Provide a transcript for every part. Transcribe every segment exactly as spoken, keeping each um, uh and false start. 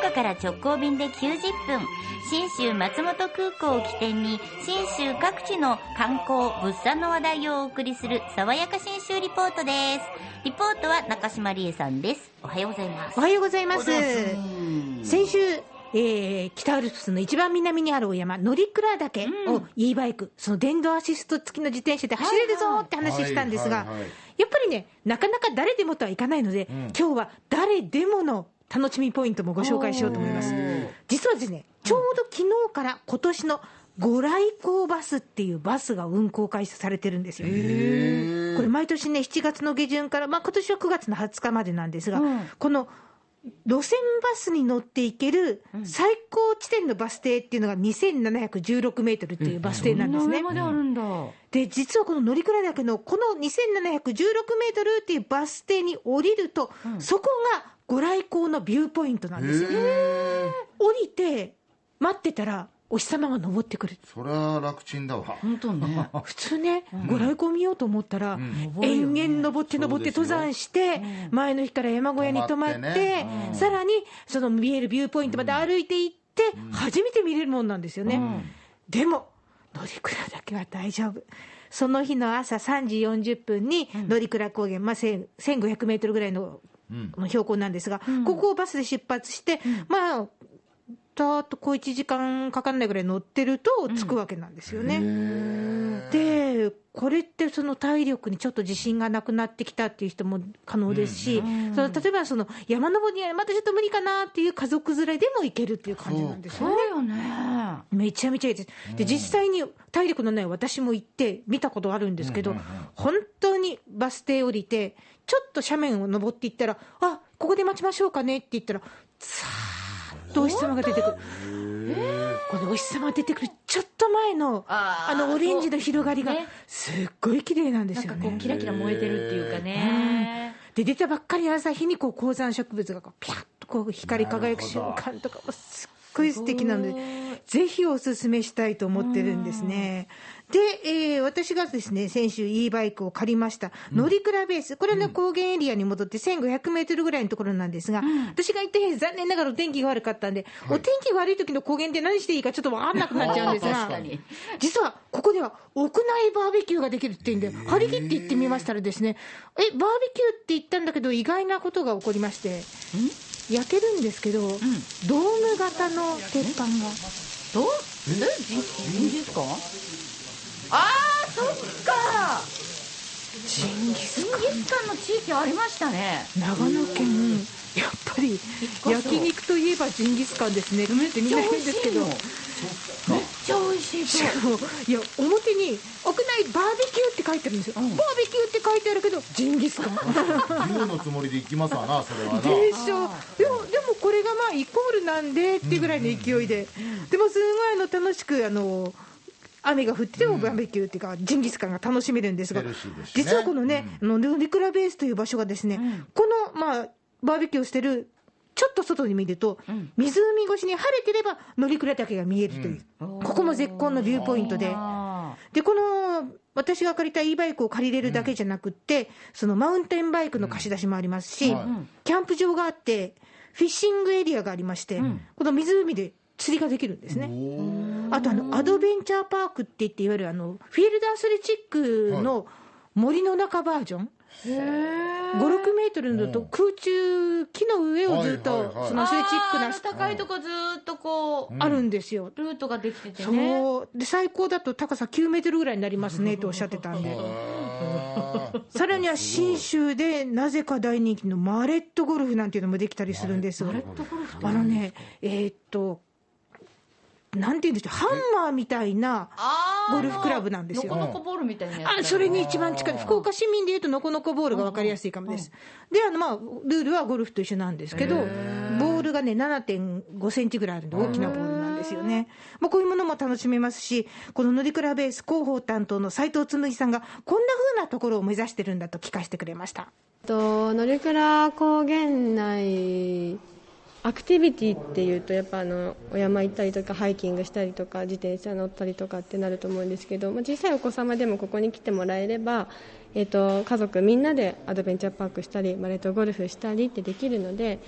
岡から直行便できゅうじゅっぷん、信州松本空港を起点に信州各地の観光物産の話題をお送りする爽やか信州リポートです。リポートは中島理恵さんです。おはようございます。 おはようございます。先週、えー、北アルプスの一番南にあるお山乗鞍岳を e バイク、その電動アシスト付きの自転車で走れるぞって話したんですが、やっぱりね、なかなか誰でもとはいかないので、うん、今日は誰でもの楽しみポイントもご紹介しようと思います。実はですね、ちょうど昨日から今年のご来光バスっていうバスが運行開始されてるんですよ。これ毎年ね、しちがつの下旬から、まあ、今年はくがつのはつかまでなんですが、うん、この路線バスに乗っていける最高地点のバス停っていうのがにせんななひゃくじゅうろくメートルっていうバス停なんですね。 そんな上まであるんだ。 で、実はこの乗鞍岳のこのにせんななひゃくじゅうろくメートルっていうバス停に降りると、うん、そこがご来光のビューポイントなんですよ。降りて待ってたらお日様が昇ってくる。 それは楽ちんだわ。 本当ね。 普通ね、うん、ご来光見ようと思ったら、うん、延々登って登って登山して、うん、前の日から山小屋に泊まって、ね、うん、さらにその見えるビューポイントまで歩いていって、うん、初めて見れるもんなんですよね。うん、でも乗鞍岳は大丈夫。その日の朝さんじよんじゅっぷんに乗鞍高原、まあ、せんごひゃくメートルぐらいの、うん、標高なんですが、うん、ここをバスで出発して、うん、まあだーっとこういちじかんかかんないぐらい乗ってると着くわけなんですよね。うん、でこれってその体力にちょっと自信がなくなってきたっていう人も可能ですし、うん、その例えばその山登りにはまたちょっと無理かなっていう家族連れでも行けるっていう感じなんですよね。 そうよね。 めちゃめちゃいいです。で実際に体力のない私も行って見たことあるんですけど、うんうんうん、本当にバス停降りてちょっと斜面を登っていったら、あ、ここで待ちましょうかねって言ったらさーっとお日様が出てくる。このお日様出てくるちょっと前の あ, あのオレンジの広がりがすっごい綺麗なんですよね。 なんかこうキラキラ燃えてるっていうかね、 うん、で出たばっかり朝日にこう高山植物がこうピャッとこう光り輝く瞬間とかもすっごい素敵なので、ぜひおすすめしたいと思ってるんですね。で、えー、私がですね先週 e バイクを借りました乗鞍ベース、これの高原エリアに戻ってせんごひゃくメートルぐらいのところなんですが、うん、私が行って残念ながらお天気が悪かったんで、はい、お天気が悪い時の高原って何していいかちょっと分かんなくなっちゃうんですが実はここでは屋内バーベキューができるっていうんで張り切って行ってみましたらですね、えバーベキューって言ったんだけど意外なことが起こりまして、焼けるんですけど、うん、ドーム型の鉄板がどうえジンギスカン、あーそっか、 ジンギスカン、 ジンギスカンの地域ありましたね。 長野県、うん、やっぱり焼肉といえばジンギスカンですねってみんな言うんですけど、 めっちゃ美味しい。 しかもいや表に屋内バーベキューって書いてあるんですよ、うん、バーベキューって書いてあるけどジンギスカン牛のつもりで行きますわな、それはな。 でしょ。でもでもこれがまあイコールなんでってぐらいの勢いで、うんうん、でもすごいあの楽しくあの雨が降ってもバーベキューっていうか、うん、ジンギスカンが楽しめるんですが、ね、実はこのね、うん、乗鞍ベースという場所がですね、うん、このまあバーベキューをしてるちょっと外に見ると、うん、湖越しに晴れてれば乗鞍岳が見えるという、うん、ここも絶好のビューポイントで、でこの私が借りた e バイクを借りれるだけじゃなくって、うん、そのマウンテンバイクの貸し出しもありますし、うん、キャンプ場があってフィッシングエリアがありまして、うん、この湖で釣りができるんですね。あとあのアドベンチャーパークって言って、いわゆるあのフィールドアスレチックの森の中バージョン、ご、ろくメートルのと空中木の上をずっとそのアスレチックな高いとこずっとこうあるんですよ、 ルートができててね。 そうで最高だと高さきゅうメートルぐらいになりますねとおっしゃってたんでさらには信州でなぜか大人気のマレットゴルフなんていうのもできたりするんです。 マレットゴルフあのねえー、っとなんていうんでしょう、ハンマーみたいなゴルフクラブなんですよ。 ノコノコボールみたいなやつ。 あ、それに一番近い。福岡市民でいうとノコノコボールが分かりやすいかもです。で、あのまあルールはゴルフと一緒なんですけど、ボールがね ななてんごセンチぐらいあるんで大きなボールなんですよね。まあ、こういうものも楽しめますし、この乗鞍ベース広報担当の斉藤紬さんがこんな風なところを目指してるんだと聞かせてくれました。 と乗鞍高原内アクティビティっていうとやっぱあのお山行ったりとかハイキングしたりとか自転車乗ったりとかってなると思うんですけど、まあ、小さいお子様でもここに来てもらえれば、えー、と家族みんなでアドベンチャーパークしたりマレットゴルフしたりってできるので、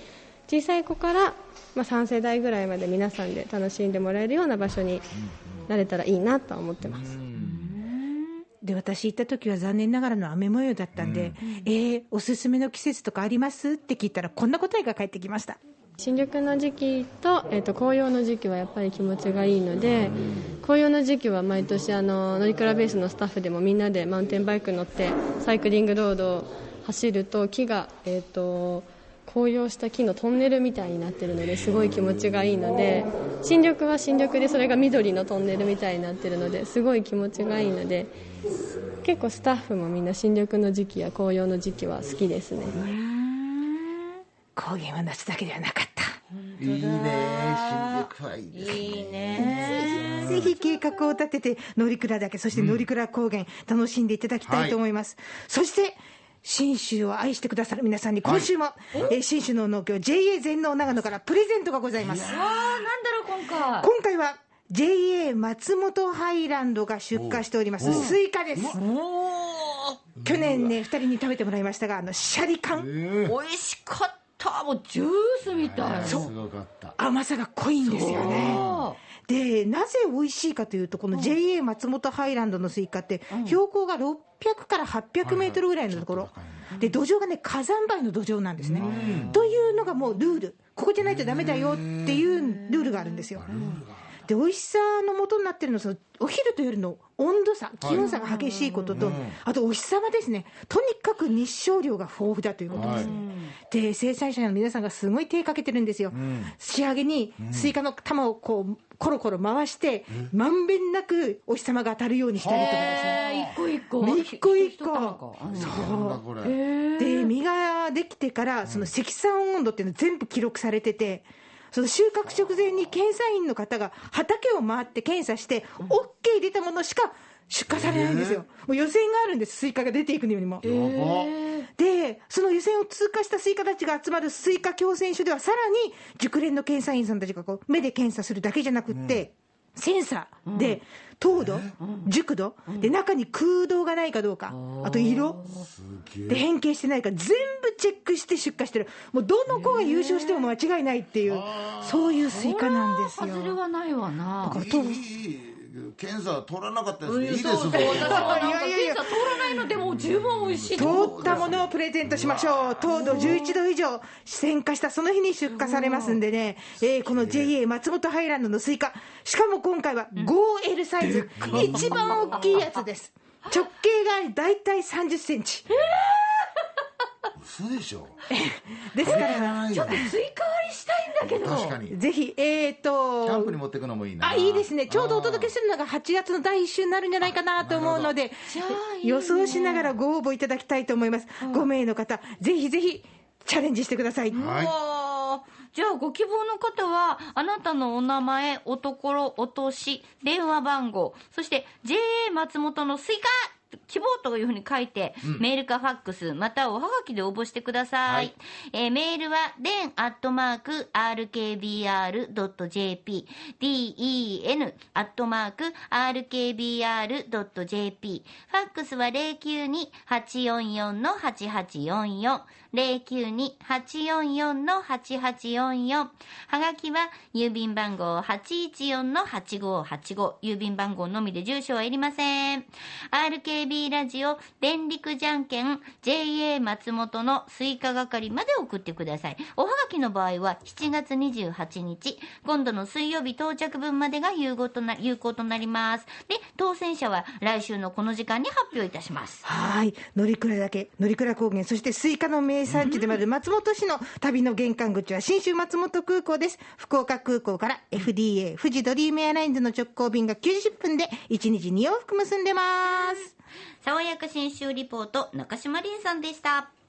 小さい子から、まあ、さん世代ぐらいまで皆さんで楽しんでもらえるような場所になれたらいいなとは思ってます。 で私行った時は残念ながらの雨模様だったんで、うん、えー、おすすめの季節とかありますって聞いたらこんな答えが返ってきました。 新緑の時期と、えー、と紅葉の時期はやっぱり気持ちがいいので、紅葉の時期は毎年あの乗鞍ベースのスタッフでもみんなでマウンテンバイク乗ってサイクリングロードを走ると木が、えー、と紅葉した木のトンネルみたいになってるのですごい気持ちがいいので、新緑は新緑でそれが緑のトンネルみたいになってるのですごい気持ちがいいので、結構スタッフもみんな新緑の時期や紅葉の時期は好きですね。 高原は夏だけではなかった。 いいね、新緑はいいですね。 いいね。 ぜひ計画を立てて乗鞍岳、そして乗鞍高原、楽しんでいただきたいと思います、はい、そして信州を愛してくださる皆さんに今週も、はい、えー、信州の農協 ジェーエー 全農長野からプレゼントがございます。 わあ、なんだろう今回。 今回は ジェーエー 松本ハイランドが出荷しておりますスイカです。去年ねふたりに食べてもらいましたが、あのシャリ缶、 美味しかった。もうジュースみたい。 そう、甘さが濃いんですよね。でなぜ美味しいかというと、この ジェーエー 松本ハイランドのスイカって標高がろっぴゃくからはっぴゃくメートルぐらいのところで、土壌がね火山灰の土壌なんですね。というのがもうルール、ここじゃないとダメだよっていうルールがあるんですよ。で美味しさの元になってるのは、そのお昼と夜の温度差、気温差が激しいことと、はい、あとお日様ですね。とにかく日照量が豊富だということです、はい、で生産者の皆さんがすごい手かけてるんですよ、うん、仕上げにスイカの玉をこうコロコロ回してまんべんなくお日様が当たるようにしたりとかですね。 一個一個一個一個そうで実ができてからその積算温度っていうの全部記録されてて、その収穫直前に検査員の方が畑を回って検査して OK 出たものしか出荷されないんですよ。もう予選があるんです、スイカが出ていくによりも。でその予選を通過したスイカたちが集まるスイカ共選所では、さらに熟練の検査員さんたちがこう目で検査するだけじゃなくって、うん、センサーで糖度、熟度で中に空洞がないかどうか、あと色で変形してないか全部チェックして出荷してる。もうどの子が優勝しても間違いないっていう、そういうスイカなんですよ。 外れはないわな。 だからと検査通らなかったですね。いいですね。私はなんか検査通らないのでも十分美味しい。 通ったものをプレゼントしましょう。糖度じゅういちど以上選化したその日に出荷されますんでね、えー、この ジェーエー 松本ハイランドのスイカ、しかも今回は ごエル サイズ、一番大きいやつです。直径がだいたいさんじゅっセンチ。 嘘でしょ。 ですからちょっとスイカ割りしたいんだけど、 確かにぜひえーとキャンプに持っていくのもいいな。 あ、いいですね。ちょうどお届けするのがはちがつのだいいっ週になるんじゃないかなと思うので、いい予想しながらご応募いただきたいと思います。ごめいの方ぜひぜひチャレンジしてください。 はい、 じゃあご希望の方はあなたのお名前、おところ、お年、電話番号、そして ジェーエー 松本のスイカ希望というふうに書いて、うん、メールかファックスまたはおはがきで応募してください、はい、えー、メールは デン アットマーク アールケービーアール ドット ジェーピー デン アットマーク アールケービーアール ドット ジェーピー、 ファックスは ゼロきゅうに はちよんよん はちはちよんよん ゼロきゅうに はちよんよん はちはちよんよん、はがきは郵便番号 はちいちよん はちごはちご、郵便番号のみで住所はいりません。 アールケービー ラジオ電力じゃんけん ジェーエー 松本のスイカ係まで送ってください。おはがきの場合はしちがつにじゅうはちにち、今度の水曜日到着分までが有効とな、有効となります。で当選者は来週のこの時間に発表いたします。 はい、乗鞍岳、乗鞍高原、そしてスイカの名産地でもある松本市の旅の玄関口は信州松本空港です。福岡空港から エフディーエー 富士ドリームエアラインズの直行便がきゅうじゅっぷんでいちにちに往復結んでます。 爽やか信州リポート、中島凛さんでした。